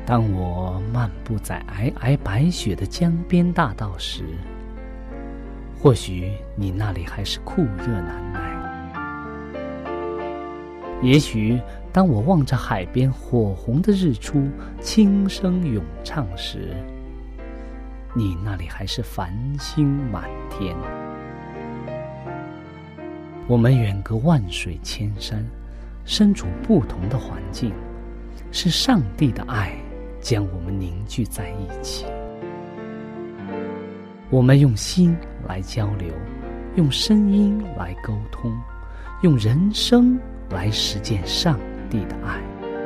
当我漫步在皑皑白雪的江边大道时，或许你那里还是酷热难耐。也许当我望着海边火红的日出轻声咏唱时，你那里还是繁星满天。我们远隔万水千山，身处不同的环境，是上帝的爱将我们凝聚在一起。我们用心来交流，用声音来沟通，用人生来实践上帝的爱。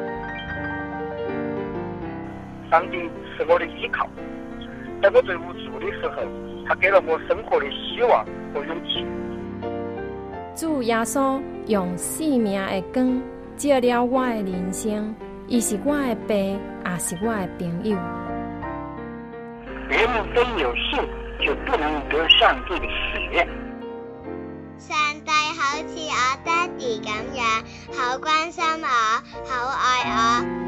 上帝是我的依靠，在我最无助的时候，他给了我生活的希望和勇气。 主耶稣用生命的光照了我的人生，伊是我的爸，也是我的朋友。 人们非有信，就不能得上帝的喜悦。 上帝好似我爹哋咁樣，好關心我，好愛我。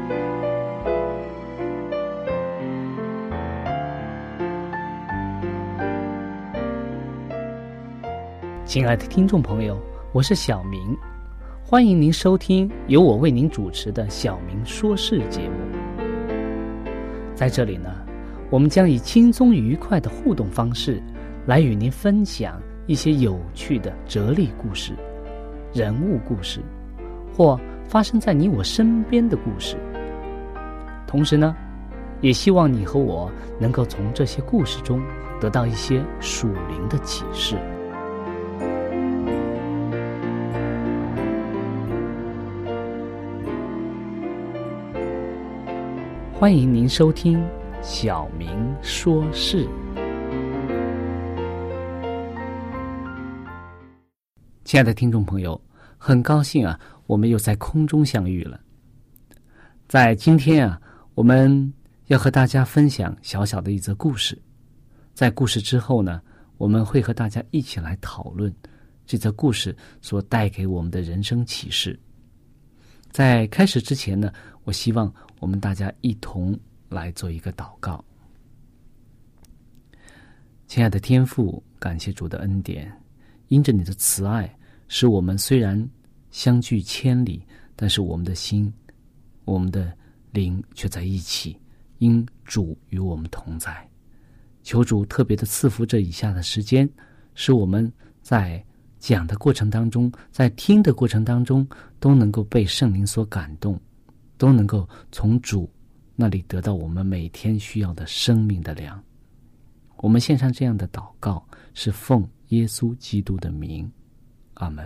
亲爱的听众朋友，我是小明，欢迎您收听由我为您主持的小明说事节目。在这里呢，我们将以轻松愉快的互动方式来与您分享一些有趣的哲理故事、人物故事，或发生在你我身边的故事。同时呢，也希望你和我能够从这些故事中得到一些属灵的启示。欢迎您收听小明说事。亲爱的听众朋友，很高兴啊，我们又在空中相遇了。在今天啊，我们要和大家分享小小的一则故事。在故事之后呢，我们会和大家一起来讨论这则故事所带给我们的人生启示。在开始之前呢，我希望我们大家一同来做一个祷告。亲爱的天父，感谢主的恩典，因着你的慈爱，使我们虽然相距千里，但是我们的心、我们的灵却在一起，因主与我们同在。求主特别的赐福这以下的时间，使我们在讲的过程当中，在听的过程当中，都能够被圣灵所感动，都能够从主那里得到我们每天需要的生命的粮。我们献上这样的祷告，是奉耶稣基督的名，阿们。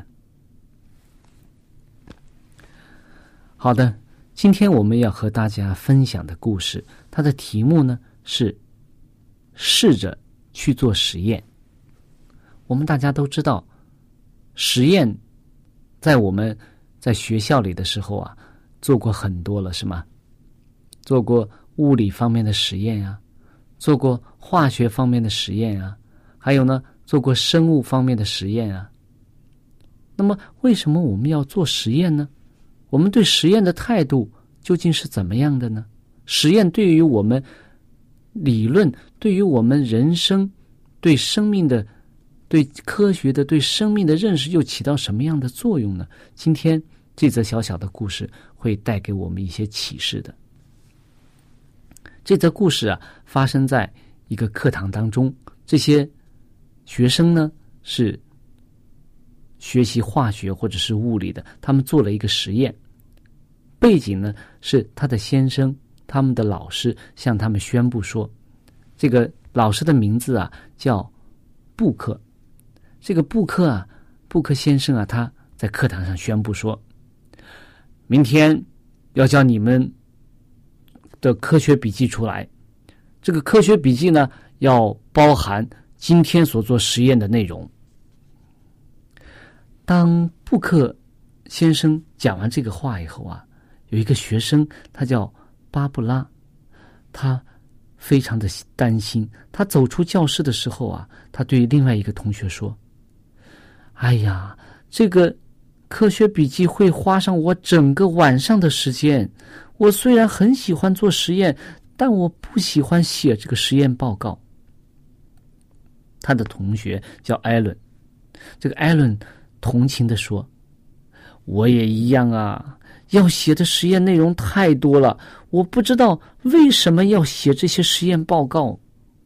好的，今天我们要和大家分享的故事，它的题目呢是试着去做实验。我们大家都知道，实验在我们在学校里的时候啊，做过很多了，是吗？做过物理方面的实验啊，做过化学方面的实验啊，还有呢，做过生物方面的实验啊。那么为什么我们要做实验呢？我们对实验的态度究竟是怎么样的呢？实验对于我们理论，对于我们人生，对生命的、对科学的、对生命的认识又起到什么样的作用呢？今天这则小小的故事会带给我们一些启示的。这则故事啊，发生在一个课堂当中，这些学生呢是学习化学或者是物理的，他们做了一个实验。背景呢是他的先生，他们的老师向他们宣布说，这个老师的名字啊叫布克。这个布克先生啊，他在课堂上宣布说，明天要叫你们的科学笔记出来。这个科学笔记呢，要包含今天所做实验的内容。当布克先生讲完这个话以后啊，有一个学生，他叫巴布拉，他非常的担心。他走出教室的时候啊，他对另外一个同学说，哎呀，这个科学笔记会花上我整个晚上的时间， 我虽然很喜欢做实验，但我不喜欢写这个实验报告。”他的同学叫艾伦，这个艾伦同情地说：“我也一样啊，要写的实验内容太多了，我不知道为什么要写这些实验报告。”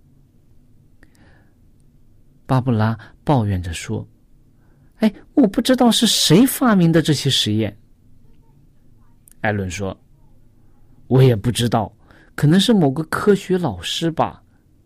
巴布拉抱怨着说：“哎，我不知道是谁发明的这些实验。”艾伦说：“我也不知道，可能是某个科学老师吧。”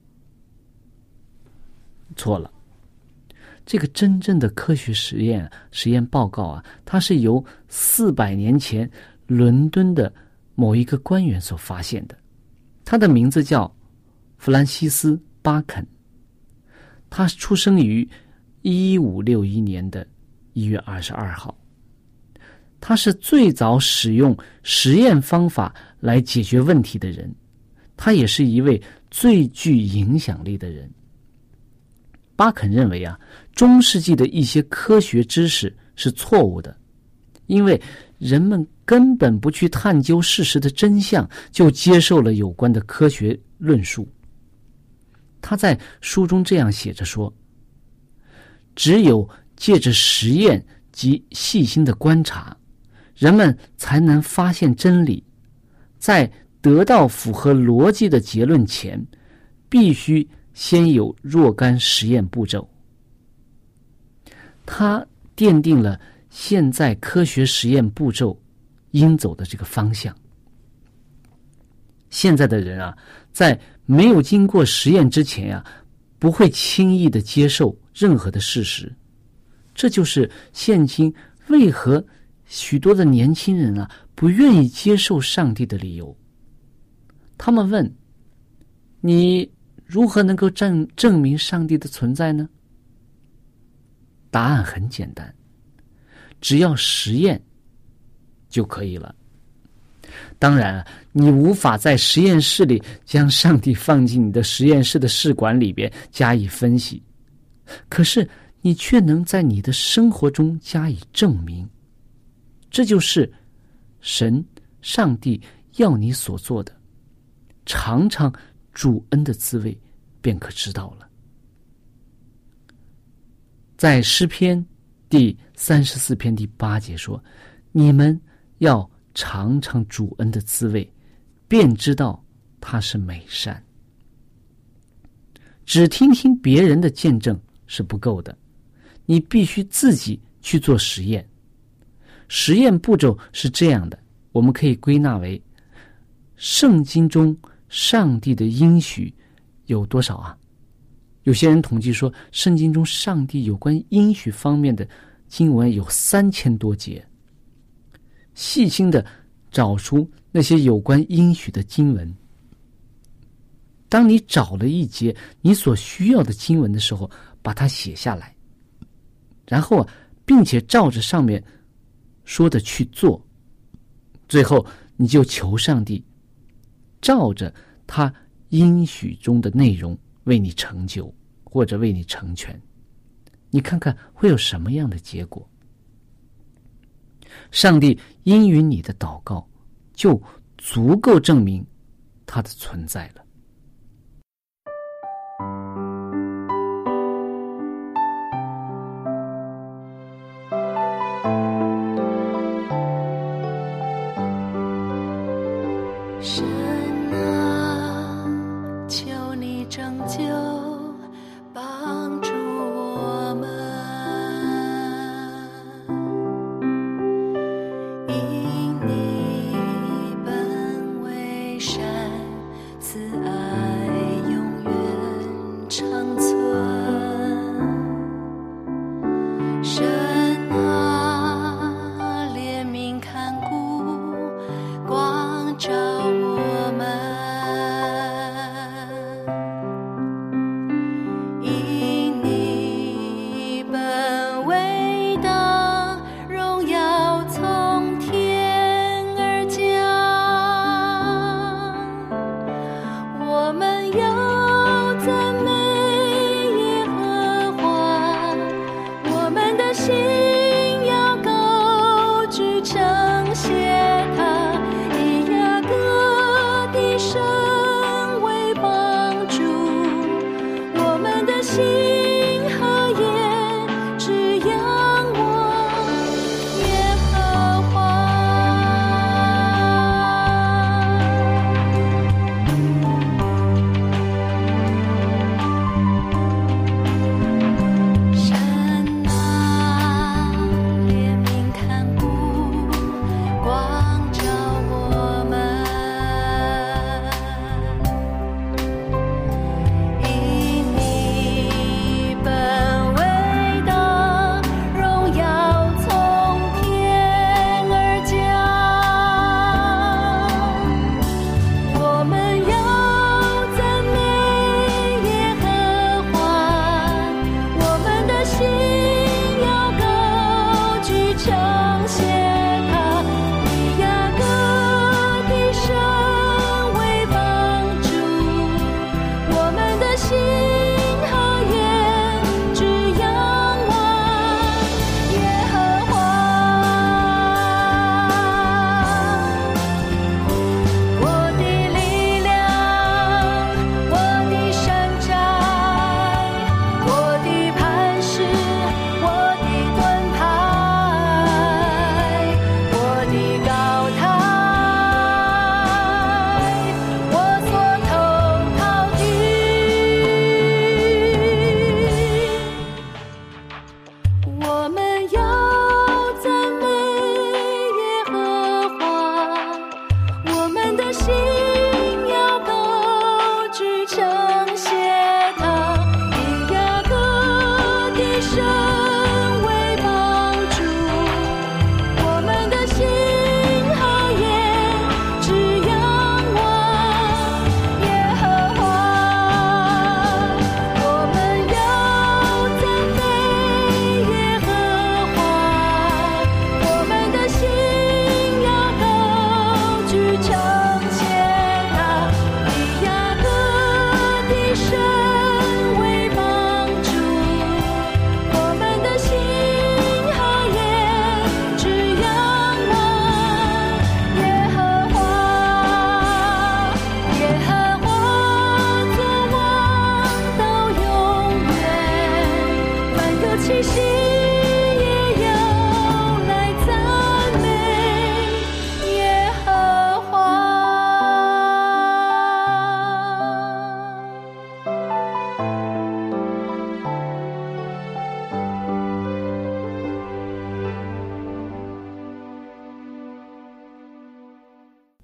错了，这个真正的科学实验报告啊，它是由400年前伦敦的某一个官员所发现的，他的名字叫弗兰西斯·巴肯，他出生于1561年的1月22号。他是最早使用实验方法来解决问题的人，他也是一位最具影响力的人。巴肯认为啊，中世纪的一些科学知识是错误的，因为人们根本不去探究事实的真相，就接受了有关的科学论述。他在书中这样写着说：“只有借着实验及细心的观察，人们才能发现真理。在得到符合逻辑的结论前，必须先有若干实验步骤。”他奠定了现在科学实验步骤应走的这个方向。现在的人啊，在没有经过实验之前啊，不会轻易的接受任何的事实。这就是现今为何许多的年轻人啊，不愿意接受上帝的理由。他们问：“你如何能够证明上帝的存在呢？”答案很简单，只要实验就可以了。当然，你无法在实验室里将上帝放进你的实验室的试管里边加以分析，可是你却能在你的生活中加以证明。这就是上帝要你所做的，尝尝主恩的滋味，便可知道了。在诗篇第34篇第8节说：“你们要尝尝主恩的滋味，便知道他是美善。”只听听别人的见证是不够的，你必须自己去做实验。实验步骤是这样的，我们可以归纳为：圣经中上帝的应许有多少啊？有些人统计说，圣经中上帝有关应许方面的经文有3000多节。细心的找出那些有关应许的经文。当你找了一节你所需要的经文的时候，把它写下来，然后并且照着上面说的去做，最后你就求上帝照着他应许中的内容为你成就，或者为你成全。你看看会有什么样的结果。上帝应允你的祷告，就足够证明他的存在了。 神啊，求你拯救，帮助我们，因你本为善，慈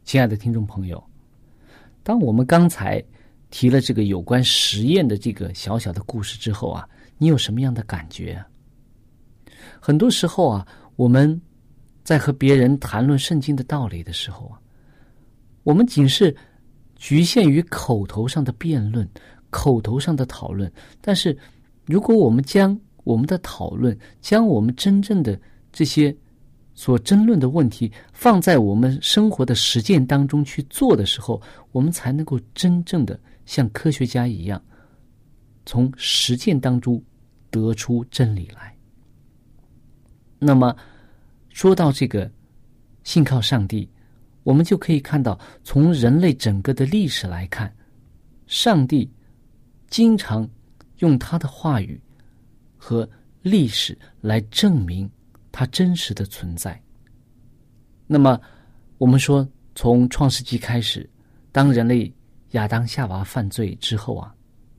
亲爱的听众朋友，当我们刚才提了这个有关实验的这个小小的故事之后啊，你有什么样的感觉啊？很多时候啊，我们在和别人谈论圣经的道理的时候啊，我们仅是局限于口头上的辩论、口头上的讨论，但是如果我们将我们的讨论，将我们真正的这些所争论的问题放在我们生活的实践当中去做的时候，我们才能够真正的像科学家一样，从实践当中得出真理来。那么说到这个信靠上帝，我们就可以看到，从人类整个的历史来看，上帝经常用他的话语和历史来证明他真实的存在。那么我们说，从创世纪开始，当人类亚当夏娃犯罪之后啊，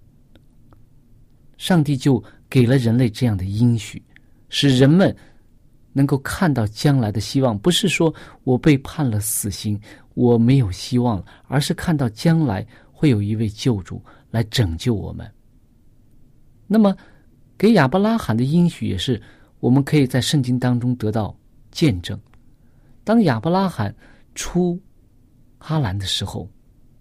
上帝就给了人类这样的应许，使人们能够看到将来的希望，不是说我被判了死刑，我没有希望了，而是看到将来会有一位救主来拯救我们。那么给亚伯拉罕的应许也是我们可以在圣经当中得到见证。当亚伯拉罕出哈兰的时候，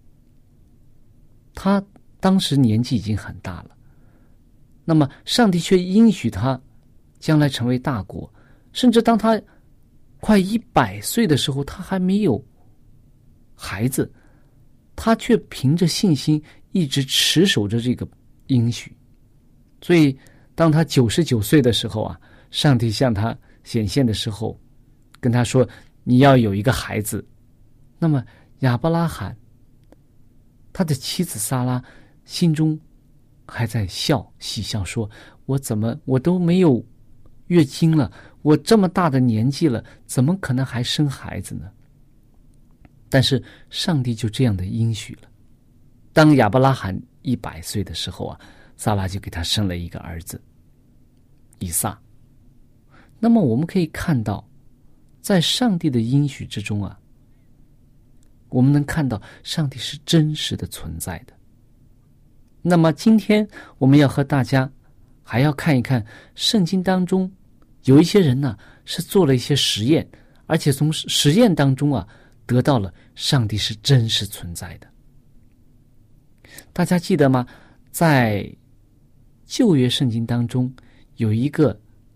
他当时年纪已经很大了，那么上帝却应许他将来成为大国，甚至当他快100岁的时候，他还没有孩子，他却凭着信心一直持守着这个应许。所以当他99岁的时候啊，上帝向他显现的时候跟他说，你要有一个孩子。那么亚伯拉罕他的妻子撒拉心中还在喜笑说，我都没有月经了，我这么大的年纪了，怎么可能还生孩子呢？但是上帝就这样的应许了。当亚伯拉罕100岁的时候啊，撒拉就给他生了一个儿子以撒。那么我们可以看到，在上帝的应许之中啊，我们能看到上帝是真实的存在的。那么今天我们要和大家还要看一看圣经当中有一些人呢，是做了一些实验，而且从实验当中啊，得到了上帝是真实存在的。大家记得吗？在旧约圣经当中有一个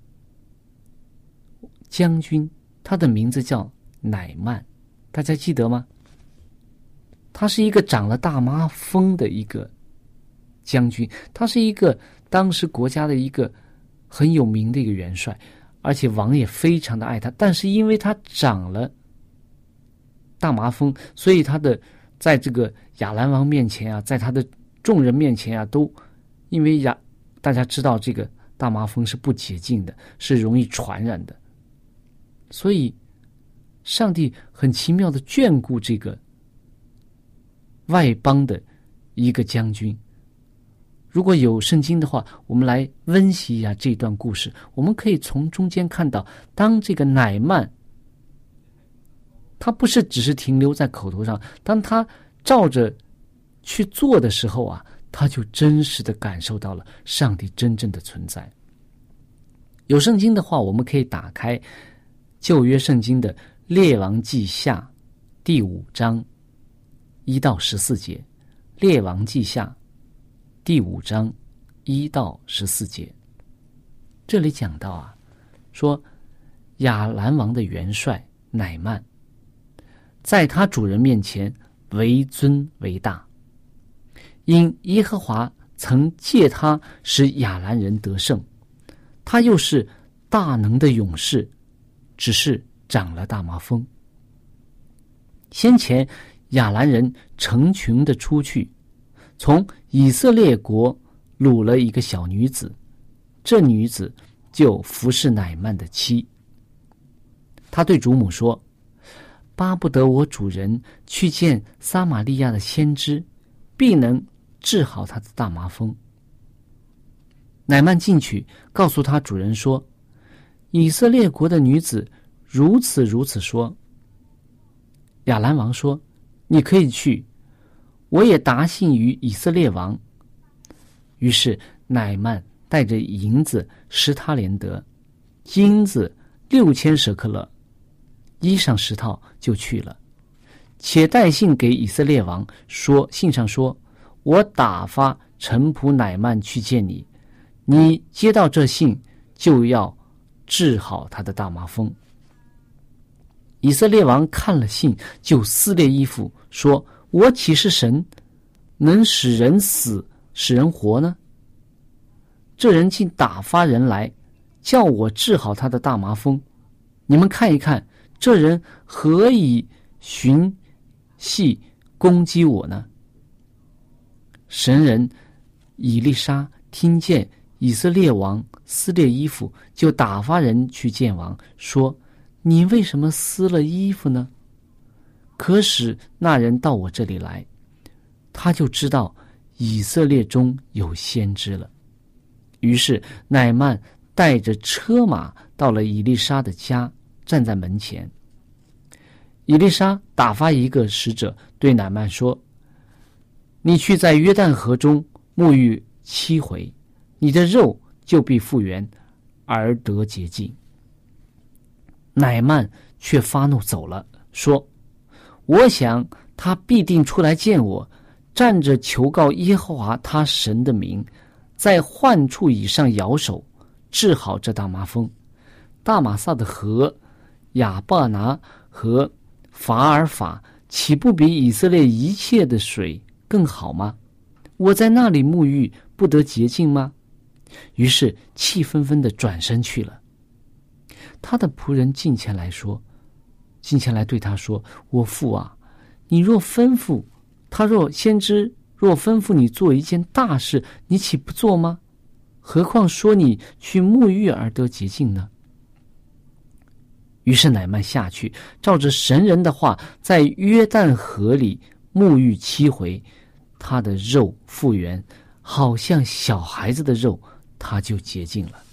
将军，他的名字叫乃曼，大家记得吗？他是一个长了大麻风的一个将军，他是一个当时国家的一个很有名的一个元帅，而且王也非常的爱他，但是因为他长了大麻风，所以他的在这个亚兰王面前啊，在他的众人面前啊，都因为大家知道这个大麻风是不洁净的，是容易传染的，所以上帝很奇妙的眷顾这个外邦的一个将军。如果有圣经的话，我们来温习一下这段故事，我们可以从中间看到，当这个乃曼他不是只是停留在口头上，当他照着去做的时候啊，他就真实的感受到了上帝真正的存在。有圣经的话，我们可以打开旧约圣经的列王记下第5章1到14节，列王记下第5章1到14节。这里讲到啊，说亚兰王的元帅乃曼在他主人面前为尊为大，因耶和华曾借他使亚兰人得胜，他又是大能的勇士，只是长了大麻风。先前亚兰人成群的出去，从以色列国掳了一个小女子，这女子就服侍乃曼的妻。他对主母说，巴不得我主人去见撒玛利亚的先知，必能治好他的大麻风。乃曼进去告诉他主人说，以色列国的女子如此说。亚兰王说， 你可以去，我也答信于以色列王。”于是乃曼带着银子10他连得，金子6000舍克勒，衣裳10套就去了，且带信给以色列王，说信上说：“我打发臣仆乃曼去见你，你接到这信，就要治好他的大麻风。”以色列王看了信，就撕裂衣服，说：“我岂是神，能使人死使人活呢？这人竟打发人来，叫我治好他的大麻风。你们看一看，这人何以寻隙攻击我呢？”神人以利沙听见以色列王撕裂衣服，就打发人去见王，说：“你为什么撕了衣服呢？可使那人到我这里来，他就知道以色列中有先知了。”于是乃曼带着车马到了以利沙的家，站在门前。以利沙打发一个使者对乃曼说：“你去在约旦河中沐浴7回，你的肉就必复原，而得洁净。”乃曼却发怒走了，说：“我想他必定出来见我，站着求告耶和华他神的名，在患处以上摇手，治好这大麻风。大马萨的河、亚巴拿和法尔法，岂不比以色列一切的水更好吗？我在那里沐浴，不得洁净吗？”于是气愤愤地转身去了。他的仆人近前来对他说：“我父啊，你若吩咐他，先知若吩咐你做一件大事，你岂不做吗？何况说你去沐浴而得洁净呢？”于是乃曼下去，照着神人的话，在约旦河里沐浴7回，他的肉复原，好像小孩子的肉，他就洁净了。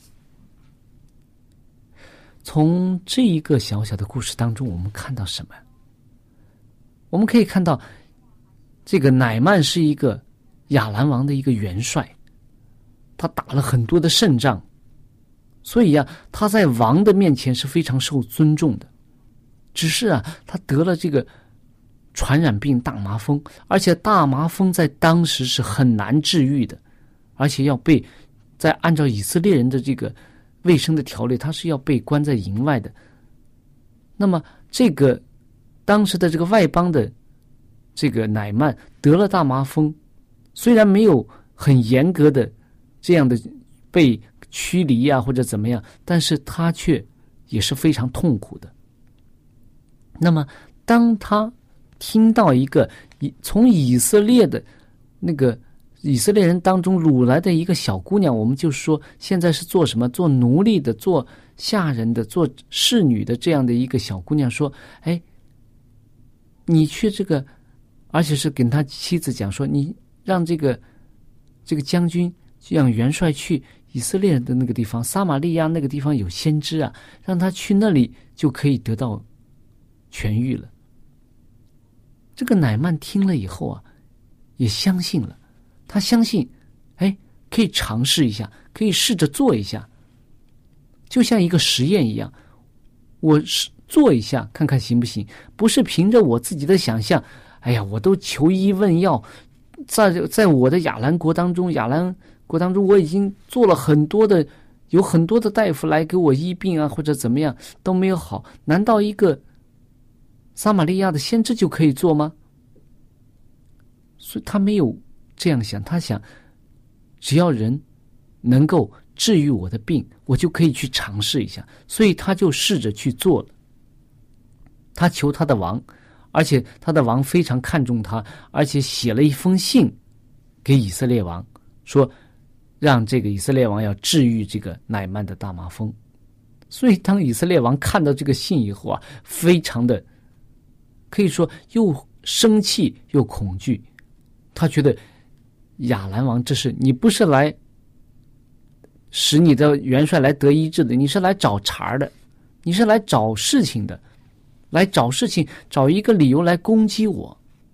从这一个小小的故事当中，我们看到什么？我们可以看到，这个乃曼是一个亚兰王的一个元帅，他打了很多的胜仗，所以他在王的面前是非常受尊重的。只是他得了这个传染病大麻风，而且大麻风在当时是很难治愈的，而且要被在按照以色列人的这个卫生的条例，他是要被关在营外的。那么这个当时的这个外邦的这个乃曼得了大麻风，虽然没有很严格的这样的被驱离或者怎么样，但是他却也是非常痛苦的。那么当他听到一个从以色列的那个以色列人当中掳来的一个小姑娘，我们就说现在是做什么？做奴隶的，做下人的，做侍女的，这样的一个小姑娘说：“哎，你去这个，而且是跟他妻子讲说，你让这个将军，让元帅去以色列的那个地方，撒玛利亚那个地方有先知让他去那里就可以得到痊愈了。”这个乃曼听了以后也相信了。他相信，可以尝试一下，可以试着做一下，就像一个实验一样，我做一下看看行不行，不是凭着我自己的想象，我都求医问药，在我的亚兰国当中，我已经做了很多的，有很多的大夫来给我医病或者怎么样都没有好，难道一个撒玛利亚的先知就可以做吗？所以他没有这样想，他想只要人能够治愈我的病，我就可以去尝试一下，所以他就试着去做了。他求他的王，而且他的王非常看重他，而且写了一封信给以色列王，说让这个以色列王要治愈这个乃曼的大麻风。所以当以色列王看到这个信以后非常的可以说又生气又恐惧，他觉得亚兰王，这是你不是来使你的元帅来得医治的，你是来找茬的，你是来找事情的，来找事情，找一个理由来攻击我。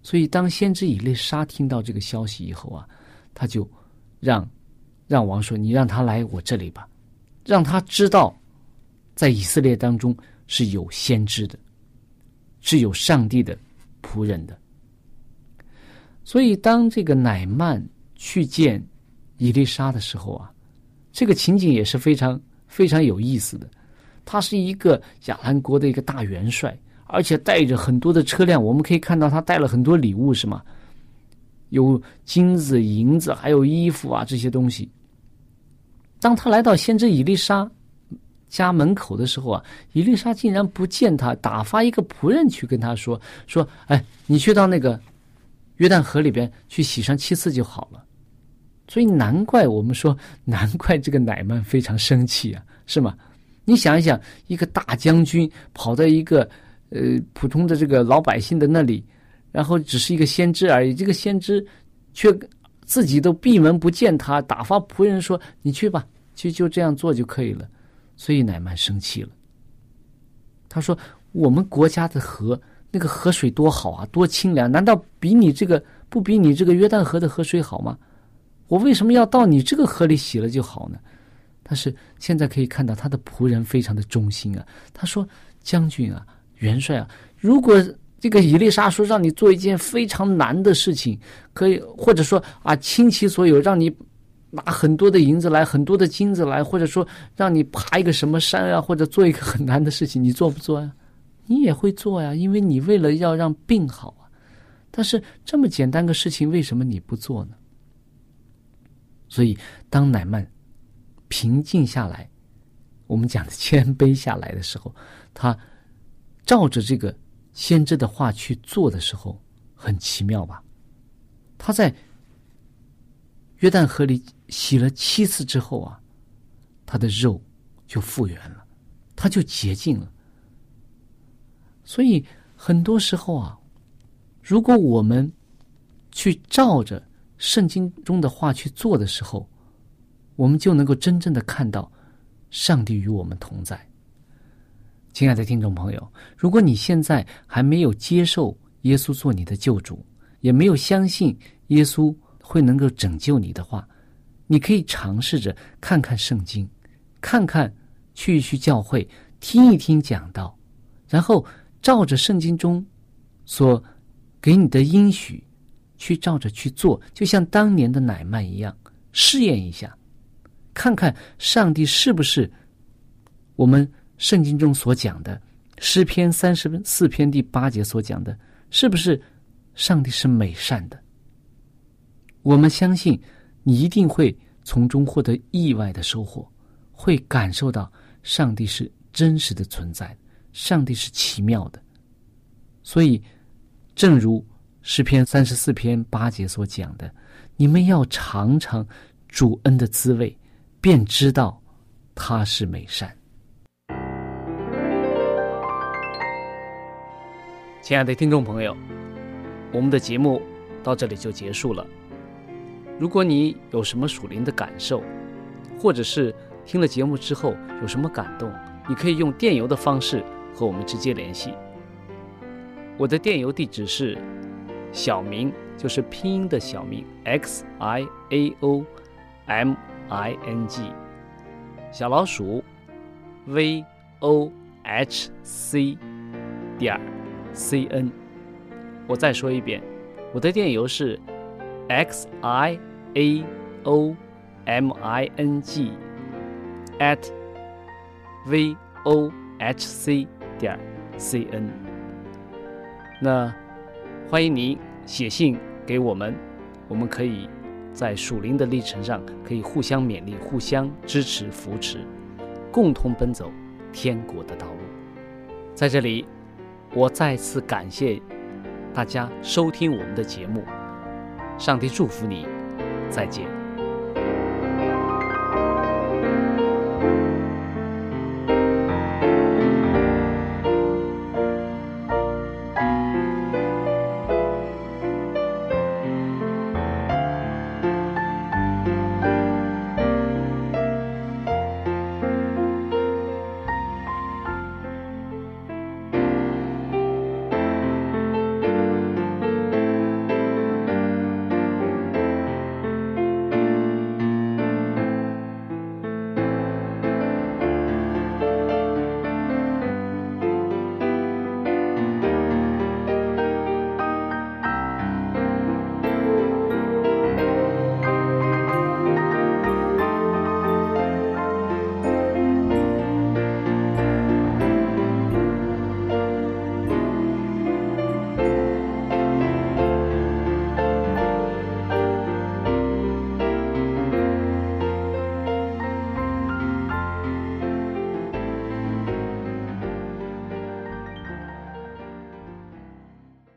所以当先知以利沙听到这个消息以后啊，他就让王说，你让他来我这里吧，让他知道在以色列当中是有先知的，是有上帝的仆人的。所以当这个乃縵去见以利沙的时候啊，这个情景也是非常非常有意思的。他是一个亚兰国的一个大元帅，而且带着很多的车辆，我们可以看到他带了很多礼物，是吗？有金子、银子，还有衣服啊，这些东西。当他来到先知以利沙家门口的时候啊，以利沙竟然不见他，打发一个仆人去跟他说，哎，你去到那个约旦河里边去洗上7次就好了。所以难怪这个乃縵非常生气啊，是吗？你想一想，一个大将军跑到一个普通的这个老百姓的那里，然后只是一个先知而已，这个先知却自己都闭门不见他，打发仆人说你去吧，就这样做就可以了。所以乃縵生气了，他说我们国家的河，那个河水多好啊，多清凉，难道不比你这个约旦河的河水好吗？我为什么要到你这个河里洗了就好呢？但是现在可以看到他的仆人非常的忠心啊，他说将军啊，元帅啊，如果这个以利沙说让你做一件非常难的事情，可以，或者说啊倾其所有，让你拿很多的银子来，很多的金子来，或者说让你爬一个什么山啊，或者做一个很难的事情，你做不做呀？你也会做呀，因为你为了要让病好啊。但是这么简单的事情，为什么你不做呢？所以当乃縵平静下来，我们讲的谦卑下来的时候，他照着这个先知的话去做的时候，很奇妙吧？他在约旦河里洗了7次之后啊，他的肉就复原了，他就洁净了。所以很多时候啊，如果我们去照着圣经中的话去做的时候，我们就能够真正的看到上帝与我们同在。亲爱的听众朋友，如果你现在还没有接受耶稣做你的救主，也没有相信耶稣会能够拯救你的话，你可以尝试着看看圣经，看看去教会听一听讲道，然后照着圣经中所给你的应许去照着去做，就像当年的乃縵一样，试验一下，看看上帝是不是我们圣经中所讲的诗篇34篇第8节所讲的，是不是上帝是美善的。我们相信你一定会从中获得意外的收获，会感受到上帝是真实的存在，上帝是奇妙的。所以正如诗篇34篇8节所讲的，你们要尝尝主恩的滋味，便知道他是美善。亲爱的听众朋友，我们的节目到这里就结束了。如果你有什么属灵的感受，或者是听了节目之后有什么感动，你可以用电邮的方式和我们直接联系。我的电邮地址是小明，就是拼音的小明 XIAOMING 小老鼠 VOHC.CN。 我再说一遍，我的电邮是 XIAOMING@VOHC.CN。 那欢迎你写信给我们，我们可以在属灵的历程上可以互相勉励，互相支持扶持，共同奔走天国的道路。在这里我再次感谢大家收听我们的节目，上帝祝福你，再见。